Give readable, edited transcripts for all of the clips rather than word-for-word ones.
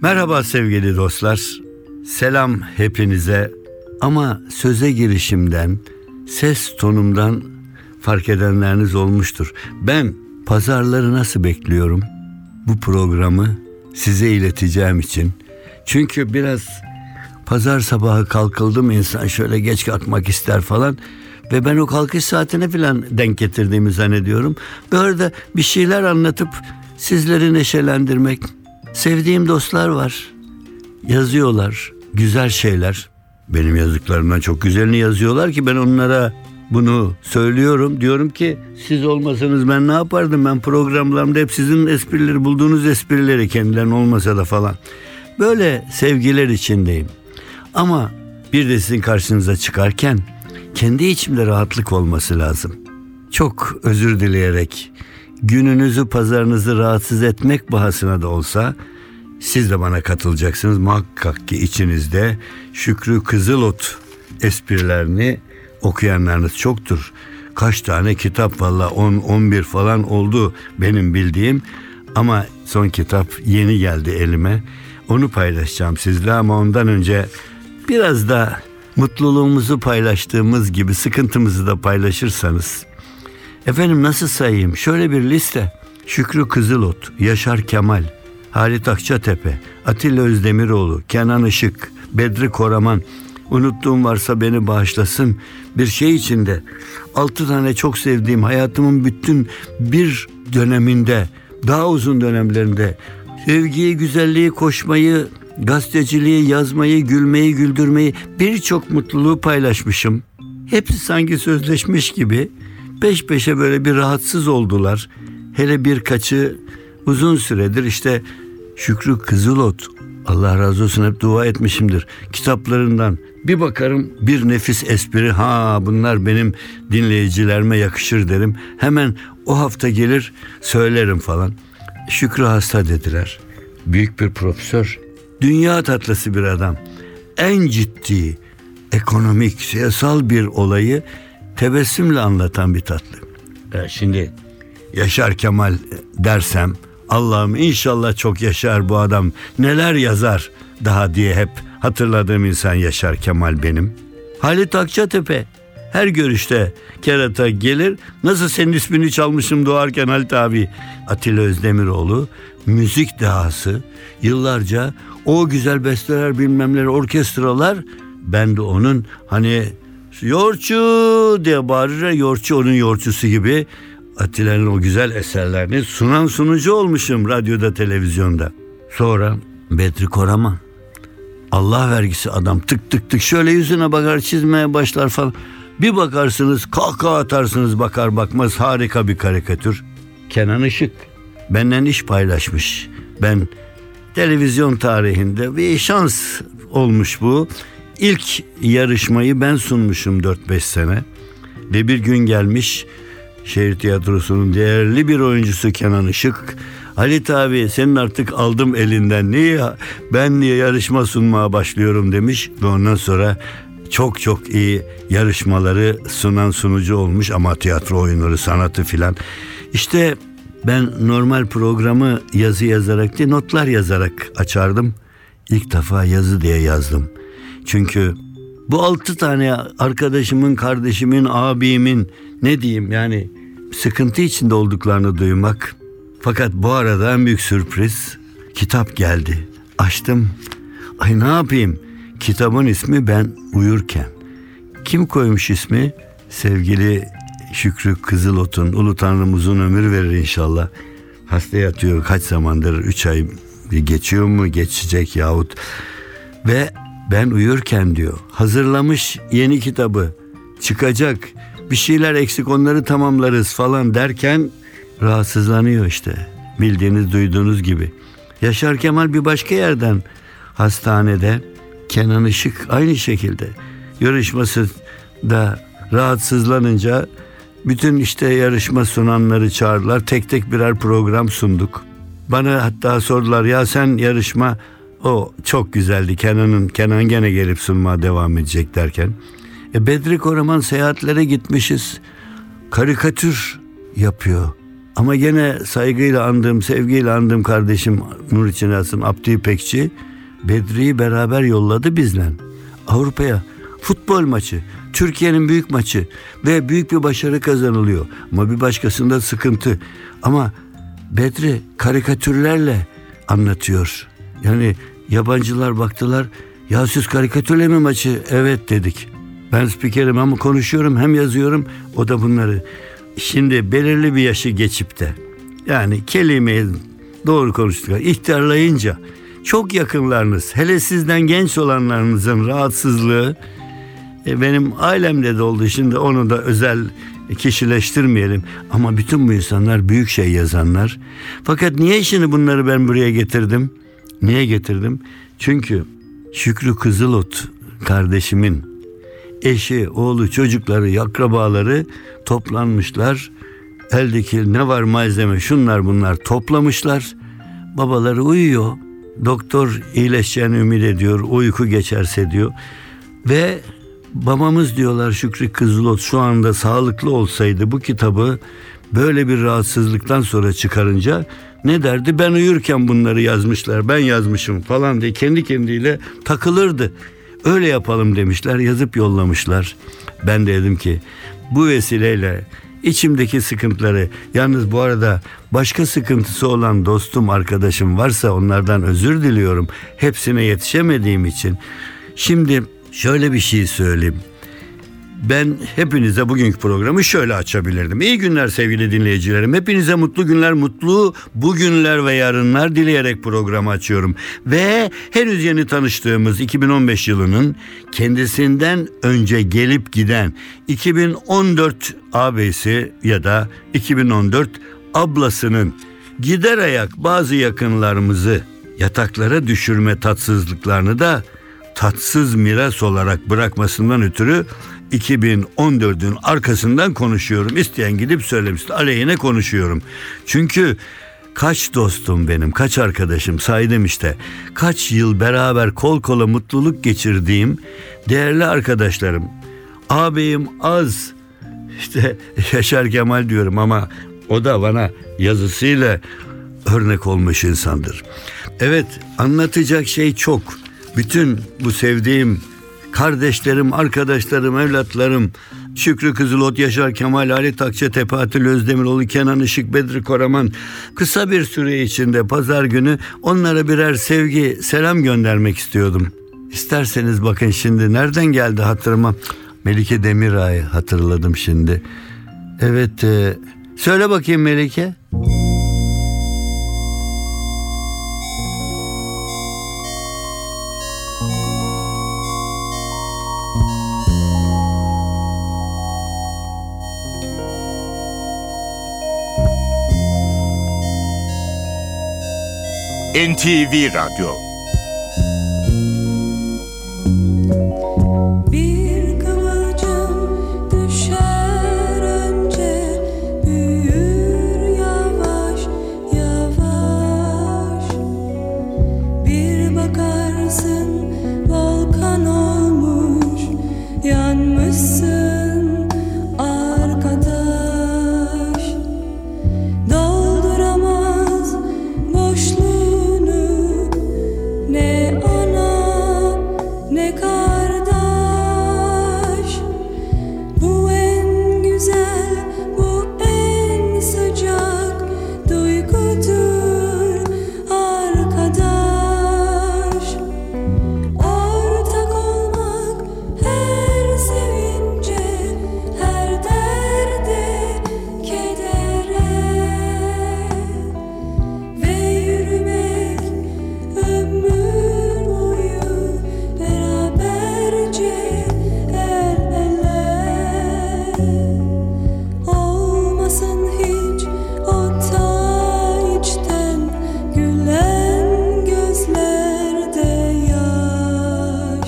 Merhaba sevgili dostlar. Selam hepinize. Ama söze girişimden, ses tonumdan fark edenleriniz olmuştur. Ben pazarları nasıl bekliyorum? Bu programı size ileteceğim için. Çünkü biraz pazar sabahı kalkıldı mı insan şöyle geç kalkmak ister falan. Ve ben o kalkış saatine falan denk getirdiğimi zannediyorum. Böyle bir şeyler anlatıp sizleri neşelendirmek. Sevdiğim dostlar var. Yazıyorlar güzel şeyler. Benim yazdıklarımdan çok güzelini yazıyorlar ki ben onlara bunu söylüyorum. Diyorum ki siz olmasanız ben ne yapardım? Ben programlarımda hep sizin esprileri, bulduğunuz esprileri, kendilerinin olmasa da falan. Böyle sevgiler içindeyim. Ama bir de sizin karşınıza çıkarken kendi içimde rahatlık olması lazım. Çok özür dileyerek, gününüzü, pazarınızı rahatsız etmek bahasına da olsa siz de bana katılacaksınız. Muhakkak ki içinizde Şükrü Kızılot esprilerini okuyanlarınız çoktur. Kaç tane kitap, valla 10-11 falan oldu benim bildiğim. Ama son kitap yeni geldi elime. Onu paylaşacağım sizle ama ondan önce biraz da mutluluğumuzu paylaştığımız gibi sıkıntımızı da paylaşırsanız. Efendim nasıl sayayım? Şöyle bir liste. Şükrü Kızılot, Yaşar Kemal, Halit Akçatepe, Atilla Özdemiroğlu, Kenan Işık, Bedri Koraman, unuttuğum varsa beni bağışlasın. Bir şey içinde 6 tane çok sevdiğim, hayatımın bütün bir döneminde, daha uzun dönemlerinde sevgiyi, güzelliği, koşmayı, gazeteciliği, yazmayı, gülmeyi, güldürmeyi, birçok mutluluğu paylaşmışım. Hepsi sanki sözleşmiş gibi peş peşe böyle bir rahatsız oldular. Hele birkaçı uzun süredir işte Şükrü Kızılot, Allah razı olsun, hep dua etmişimdir. Kitaplarından bir bakarım bir nefis espri, bunlar benim dinleyicilerime yakışır derim. Hemen o hafta gelir söylerim falan. Şükrü hasta dediler. Büyük bir profesör, dünya tatlısı bir adam. En ciddi, ekonomik, siyasal bir olayı tebessümle anlatan bir tatlı. Şimdi Yaşar Kemal dersem, Allah'ım inşallah çok yaşar bu adam, neler yazar daha diye hep hatırladığım insan Yaşar Kemal benim. Halit Akçatepe her görüşte kerata gelir. Nasıl senin ismini çalmışım doğarken Halit abi. Atilla Özdemiroğlu müzik dehası, yıllarca o güzel besteler, bilmemleri, orkestralar. Ben de onun hani yoğurtçu diye bağırır, yoğurtçu onun yoğurtçusu gibi Atilla'nın o güzel eserlerini sunan sunucu olmuşum radyoda, televizyonda. Sonra Bedri Koraman, Allah vergisi adam, tık tık tık şöyle yüzüne bakar, çizmeye başlar falan. Bir bakarsınız kahkaha atarsınız, bakar bakmaz harika bir karikatür. Kenan Işık benden iş paylaşmış. Ben televizyon tarihinde bir şans olmuş bu. İlk yarışmayı ben sunmuşum 4-5 sene. Ve bir gün gelmiş şehir tiyatrosunun değerli bir oyuncusu Kenan Işık. Halit abi senin artık aldım elinden, ben niye yarışma sunmaya başlıyorum demiş. Ve ondan sonra çok çok iyi yarışmaları sunan sunucu olmuş, ama tiyatro oyunları, sanatı filan. İşte ben normal programı yazı yazarak değil, notlar yazarak açardım. İlk defa yazı diye yazdım. Çünkü bu 6 tane arkadaşımın, kardeşimin, abimin, ne diyeyim yani, sıkıntı içinde olduklarını duymak. Fakat bu arada en büyük sürpriz, kitap geldi. Açtım. Ay ne yapayım? Kitabın ismi Ben Uyurken. Kim koymuş ismi? Sevgili Şükrü Kızılot'un, Ulu Tanrım uzun ömür verir inşallah. Hasta yatıyor kaç zamandır, 3 ay geçiyor mu, geçecek yahut. Ve Ben Uyurken diyor. Hazırlamış yeni kitabı. Çıkacak. Bir şeyler eksik, onları tamamlarız falan derken rahatsızlanıyor işte. Bildiğiniz, duyduğunuz gibi. Yaşar Kemal bir başka yerden hastanede. Kenan Işık aynı şekilde. Yarışması da rahatsızlanınca bütün işte yarışma sunanları çağırdılar. Tek tek birer program sunduk. Bana hatta sordular, ya sen yarışma, o çok güzeldi. Kenan gene gelip sunmaya devam edecek derken. Bedri Koraman seyahatlere gitmişiz. Karikatür yapıyor. Ama gene saygıyla andığım, sevgiyle andığım kardeşim nur içine alsın Abdi İpekçi, Bedri'yi beraber yolladı bizle Avrupa'ya. Futbol maçı, Türkiye'nin büyük maçı ve büyük bir başarı kazanılıyor. Ama bir başkasında sıkıntı. Ama Bedri karikatürlerle anlatıyor. Yani yabancılar baktılar, ya siz karikatürle mi maçı? Evet dedik. Ben spikerim ama konuşuyorum hem yazıyorum. O da bunları. Şimdi belirli bir yaşı geçip de, yani kelimeyi doğru konuştuk, ihtiyarlayınca çok yakınlarınız, hele sizden genç olanlarınızın rahatsızlığı, benim ailemde de oldu, şimdi onu da özel kişileştirmeyelim. Ama bütün bu insanlar büyük şey yazanlar. Fakat niye şimdi bunları ben buraya getirdim? Niye getirdim? Çünkü Şükrü Kızılot kardeşimin eşi, oğlu, çocukları, akrabaları toplanmışlar. Eldeki ne var malzeme, şunlar bunlar toplamışlar. Babaları uyuyor. Doktor iyileşeceğini ümit ediyor. Uyku geçerse diyor. Ve babamız diyorlar, Şükrü Kızılot şu anda sağlıklı olsaydı bu kitabı böyle bir rahatsızlıktan sonra çıkarınca ne derdi? Ben uyurken bunları yazmışlar, ben yazmışım falan diye kendi kendiyle takılırdı. Öyle yapalım demişler, yazıp yollamışlar. Ben de dedim ki bu vesileyle içimdeki sıkıntıları, yalnız bu arada başka sıkıntısı olan dostum, arkadaşım varsa onlardan özür diliyorum. Hepsine yetişemediğim için. Şimdi şöyle bir şey söyleyeyim. Ben hepinize bugünkü programı şöyle açabilirdim. İyi günler sevgili dinleyicilerim. Hepinize mutlu günler, mutlu bugünler ve yarınlar dileyerek programı açıyorum. Ve henüz yeni tanıştığımız 2015 yılının kendisinden önce gelip giden 2014 abisi ya da 2014 ablasının gider ayak bazı yakınlarımızı yataklara düşürme tatsızlıklarını da tatsız miras olarak bırakmasından ötürü 2014'ün arkasından konuşuyorum. İsteyen gidip söylemişti. Aleyhine konuşuyorum. Çünkü kaç dostum benim, kaç arkadaşım saydım işte. Kaç yıl beraber kol kola mutluluk geçirdiğim değerli arkadaşlarım. Ağabeyim az, işte Yaşar Kemal diyorum ama o da bana yazısıyla örnek olmuş insandır. Evet, anlatacak şey çok. Bütün bu sevdiğim kardeşlerim, arkadaşlarım, evlatlarım, Şükrü Kızılot, Yaşar Kemal, Halit Akçatepe, Atilla Özdemiroğlu, Kenan Işık, Bedri Koraman, kısa bir süre içinde pazar günü onlara birer sevgi, selam göndermek istiyordum. İsterseniz bakın şimdi nereden geldi hatırıma? Melike Demiray'ı hatırladım şimdi. Evet, söyle bakayım Melike. NTV Radyo. Bir kıvılcım düşer önce, büyür yavaş yavaş. Bir bakarsın volkan olmuş, yanmışsın arkadaş. Dolduramaz boşluğu ne ana ne kardeş. Bu en güzel, bu en sıcak duygudur arkadaş. Ortak olmak her sevince, her derde, kedere ve yürümek ömür boyu beraberce el ele. Olmasın hiç o ta içten gülen gözlerde yaş.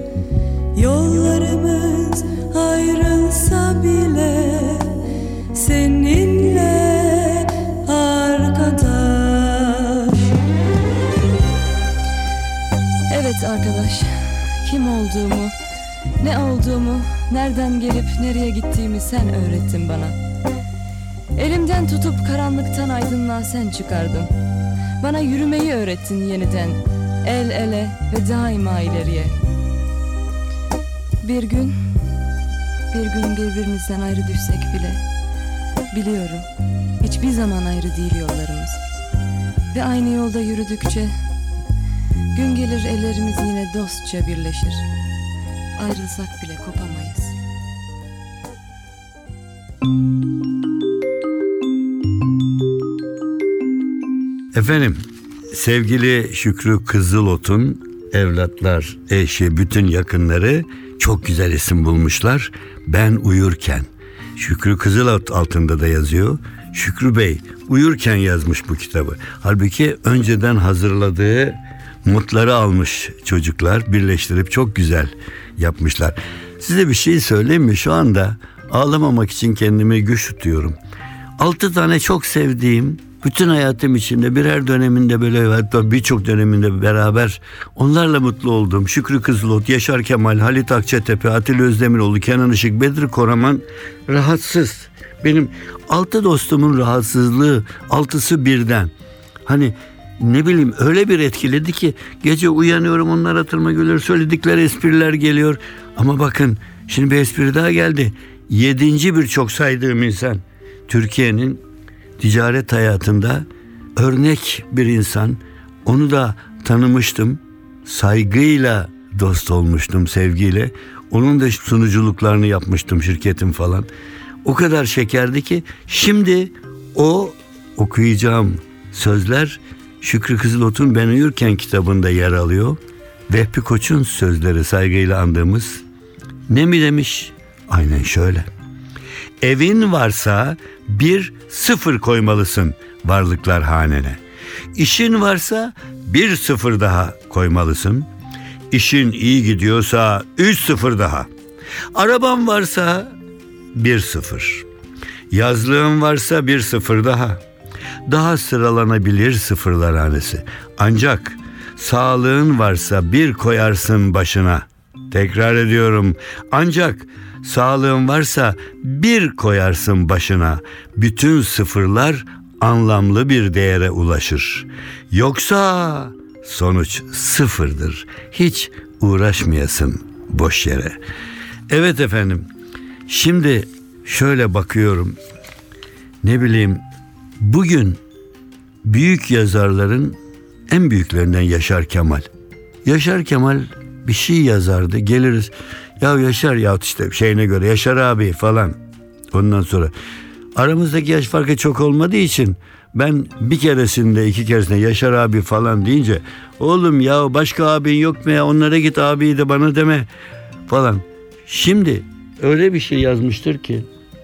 Yollarımız ayrılsa bile seninle arkadaş. Evet arkadaş, kim olduğumu, ne olduğumu, nereden gelip nereye gittiğimi sen öğrettin bana. Elimden tutup karanlıktan aydınlığa sen çıkardın. Bana yürümeyi öğrettin yeniden, el ele ve daima ileriye. Bir gün birbirimizden ayrı düşsek bile, biliyorum hiçbir zaman ayrı değil yollarımız. Ve aynı yolda yürüdükçe gün gelir ellerimiz yine dostça birleşir. Ayrılsak bile kopamayız. Efendim, sevgili Şükrü Kızılot'un evlatlar, eşi, bütün yakınları çok güzel isim bulmuşlar. Ben uyurken. Şükrü Kızılot altında da yazıyor. Şükrü Bey uyurken yazmış bu kitabı. Halbuki önceden hazırladığı notları almış çocuklar, birleştirip çok güzel yapmışlar. Size bir şey söyleyeyim mi? Şu anda ağlamamak için kendimi güç tutuyorum. 6 tane çok sevdiğim, bütün hayatım içinde birer döneminde böyle, hatta birçok döneminde beraber onlarla mutlu olduğum Şükrü Kızılot, Yaşar Kemal, Halit Akçatepe, Atilla Özdemiroğlu, Kenan Işık, Bedri Koraman rahatsız. Benim 6 dostumun rahatsızlığı 6'sı birden. Hani ne bileyim, öyle bir etkiledi ki gece uyanıyorum, onlar hatırıma geliyor, söyledikleri espriler geliyor. Ama bakın şimdi bir espri daha geldi. 7. bir çok saydığım insan, Türkiye'nin ticaret hayatında örnek bir insan. Onu da tanımıştım. Saygıyla dost olmuştum, sevgiyle. Onun da sunuculuklarını yapmıştım şirketim falan. O kadar şekerdi ki şimdi o okuyacağım sözler Şükrü Kızılot'un Ben Uyurken kitabında yer alıyor. Vehbi Koç'un sözleri, saygıyla andığımız. Ne mi demiş? Aynen şöyle. Evin varsa 1-0 koymalısın varlıklar hanene. İşin varsa 1-0 daha koymalısın. İşin iyi gidiyorsa 3-0 daha. Araban varsa 1-0. Yazlığın varsa 1-0 daha. Daha sıralanabilir sıfırlar hanesi. Ancak sağlığın varsa 1 koyarsın başına. Tekrar ediyorum. Ancak sağlığın varsa 1 koyarsın başına. Bütün sıfırlar anlamlı bir değere ulaşır. Yoksa sonuç 0'dır. Hiç uğraşmayasın boş yere. Evet efendim. Şimdi şöyle bakıyorum. Ne bileyim, bugün büyük yazarların en büyüklerinden Yaşar Kemal. Yaşar Kemal bir şey yazardı. Geliriz. Ya Yaşar, ya işte şeyine göre Yaşar abi falan. Ondan sonra aramızdaki yaş farkı çok olmadığı için ben bir keresinde 2 keresinde Yaşar abi falan deyince, oğlum ya başka abin yok mu ya, onlara git abi de bana deme falan. Şimdi öyle bir şey yazmıştır ki,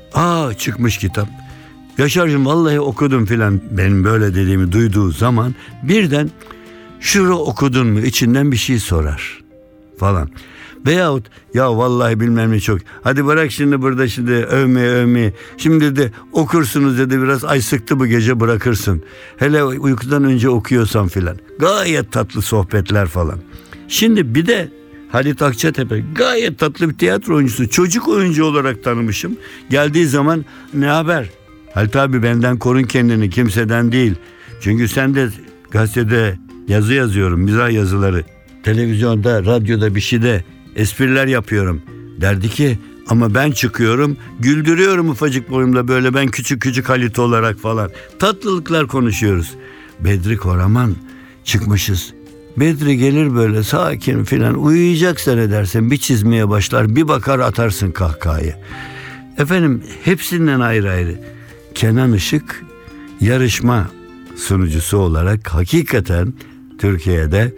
çıkmış kitap. Yaşar'cığım vallahi okudum filan, benim böyle dediğimi duyduğu zaman birden şunu okudun mu içinden bir şey sorar falan. Veyahut ya vallahi bilmem ne çok. Hadi bırak şimdi burada şimdi övmeye. Şimdi de okursunuz dedi, biraz ay sıktı bu gece, bırakırsın. Hele uykudan önce okuyorsan filan. Gayet tatlı sohbetler falan. Şimdi bir de Halit Akçatepe, gayet tatlı bir tiyatro oyuncusu. Çocuk oyuncu olarak tanımışım. Geldiği zaman ne haber? Halit abi benden korun kendini, kimseden değil. Çünkü sen de gazetede yazı yazıyorum, mizah yazıları. Televizyonda, radyoda bir şeyde espriler yapıyorum. Derdi ki ama ben çıkıyorum, güldürüyorum ufacık boyumda böyle, ben küçük Halit olarak falan. Tatlılıklar konuşuyoruz. Bedri Koraman, çıkmışız. Bedri gelir böyle sakin filan, uyuyacak zannedersin, bir çizmeye başlar, bir bakar atarsın kahkahayı. Efendim hepsinden ayrı ayrı. Kenan Işık yarışma sunucusu olarak hakikaten Türkiye'de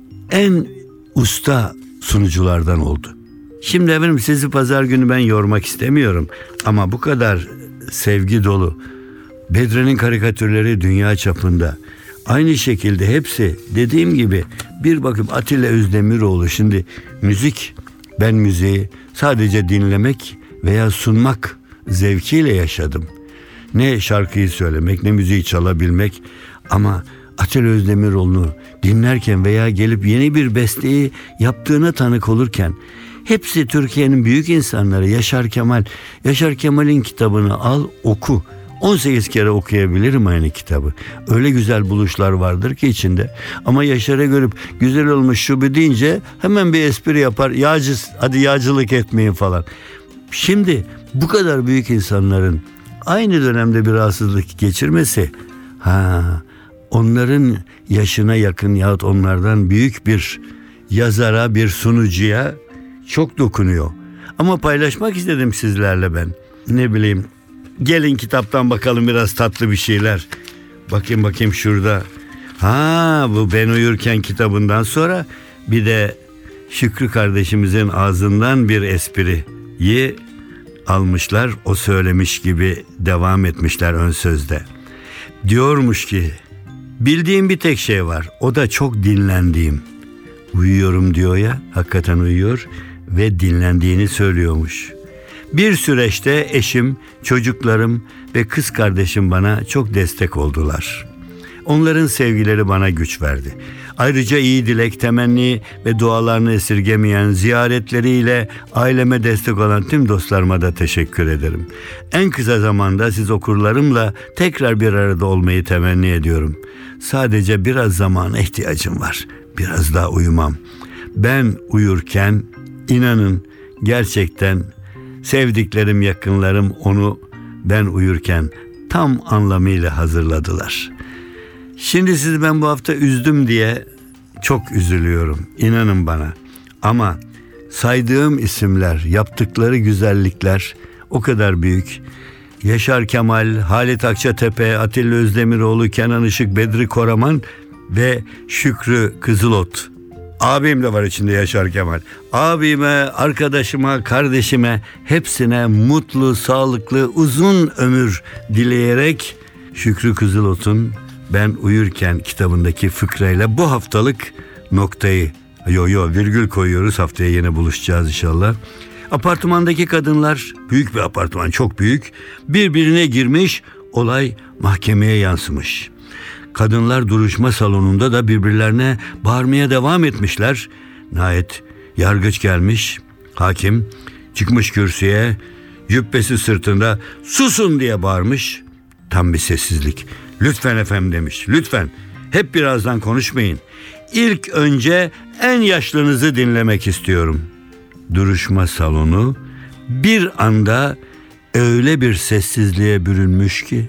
en usta sunuculardan oldu. Şimdi efendim sizi pazar günü ben yormak istemiyorum ama bu kadar sevgi dolu Bedri'nin karikatürleri dünya çapında. Aynı şekilde hepsi dediğim gibi bir bakıp Atilla Özdemiroğlu. Şimdi müzik, ben müziği sadece dinlemek veya sunmak zevkiyle yaşadım. Ne şarkıyı söylemek, ne müziği çalabilmek, ama Atilla Özdemiroğlu'nu dinlerken veya gelip yeni bir besteyi yaptığına tanık olurken, hepsi Türkiye'nin büyük insanları. Yaşar Kemal'in kitabını al, oku. 18 kere okuyabilirim aynı kitabı. Öyle güzel buluşlar vardır ki içinde. Ama Yaşar'a görüp güzel olmuş şu bu deyince hemen bir espri yapar. Hadi yağcılık etmeyin falan. Şimdi bu kadar büyük insanların aynı dönemde bir rahatsızlık geçirmesi, onların yaşına yakın yahut onlardan büyük bir yazara, bir sunucuya çok dokunuyor. Ama paylaşmak istedim sizlerle ben. Ne bileyim, gelin kitaptan bakalım biraz tatlı bir şeyler. Bakayım şurada. Bu Ben Uyurken kitabından sonra bir de Şükrü kardeşimizin ağzından bir espriyi almışlar. O söylemiş gibi devam etmişler ön sözde. Diyormuş ki, bildiğim bir tek şey var. O da çok dinlendiğim. Uyuyorum diyor ya, hakikaten uyuyor ve dinlendiğini söylüyormuş. Bir süreçte eşim, çocuklarım ve kız kardeşim bana çok destek oldular. Onların sevgileri bana güç verdi. Ayrıca iyi dilek, temenni ve dualarını esirgemeyen, ziyaretleriyle aileme destek olan tüm dostlarıma da teşekkür ederim. En kısa zamanda siz okurlarımla tekrar bir arada olmayı temenni ediyorum. Sadece biraz zamana ihtiyacım var. Biraz daha uyumam. Ben uyurken, inanın gerçekten sevdiklerim, yakınlarım onu ben uyurken tam anlamıyla hazırladılar. Şimdi sizi ben bu hafta üzdüm diye çok üzülüyorum. İnanın bana. Ama saydığım isimler, yaptıkları güzellikler o kadar büyük. Yaşar Kemal, Halit Akçatepe, Atilla Özdemiroğlu, Kenan Işık, Bedri Koraman ve Şükrü Kızılot. Abim de var içinde, Yaşar Kemal. Abime, arkadaşıma, kardeşime hepsine mutlu, sağlıklı, uzun ömür dileyerek Şükrü Kızılot'un Ben Uyurken kitabındaki fıkrayla bu haftalık noktayı, virgül koyuyoruz. Haftaya yine buluşacağız inşallah. Apartmandaki kadınlar, büyük bir apartman, çok büyük, birbirine girmiş, olay mahkemeye yansımış. Kadınlar duruşma salonunda da birbirlerine bağırmaya devam etmişler. Nihayet yargıç gelmiş, hakim çıkmış kürsüye, cübbesi sırtında susun diye bağırmış. Tam bir sessizlik. Lütfen efendim demiş, lütfen hep birazdan konuşmayın. İlk önce en yaşlınızı dinlemek istiyorum. Duruşma salonu bir anda öyle bir sessizliğe bürünmüş ki.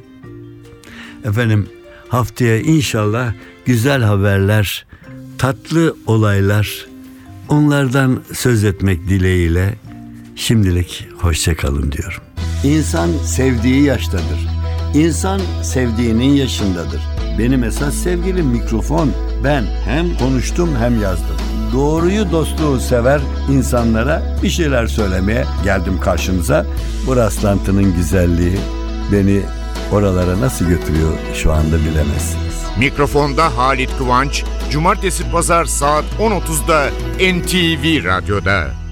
Efendim, haftaya inşallah güzel haberler, tatlı olaylar, onlardan söz etmek dileğiyle şimdilik hoşça kalın diyorum. İnsan sevdiği yaştadır. İnsan sevdiğinin yaşındadır. Benim esas sevgilim mikrofon. Ben hem konuştum hem yazdım. Doğruyu, dostluğu sever insanlara bir şeyler söylemeye geldim karşınıza. Bu rastlantının güzelliği beni oralara nasıl götürüyor şu anda bilemezsiniz. Mikrofonda Halit Kıvanç, Cumartesi Pazar saat 10.30'da NTV Radyo'da.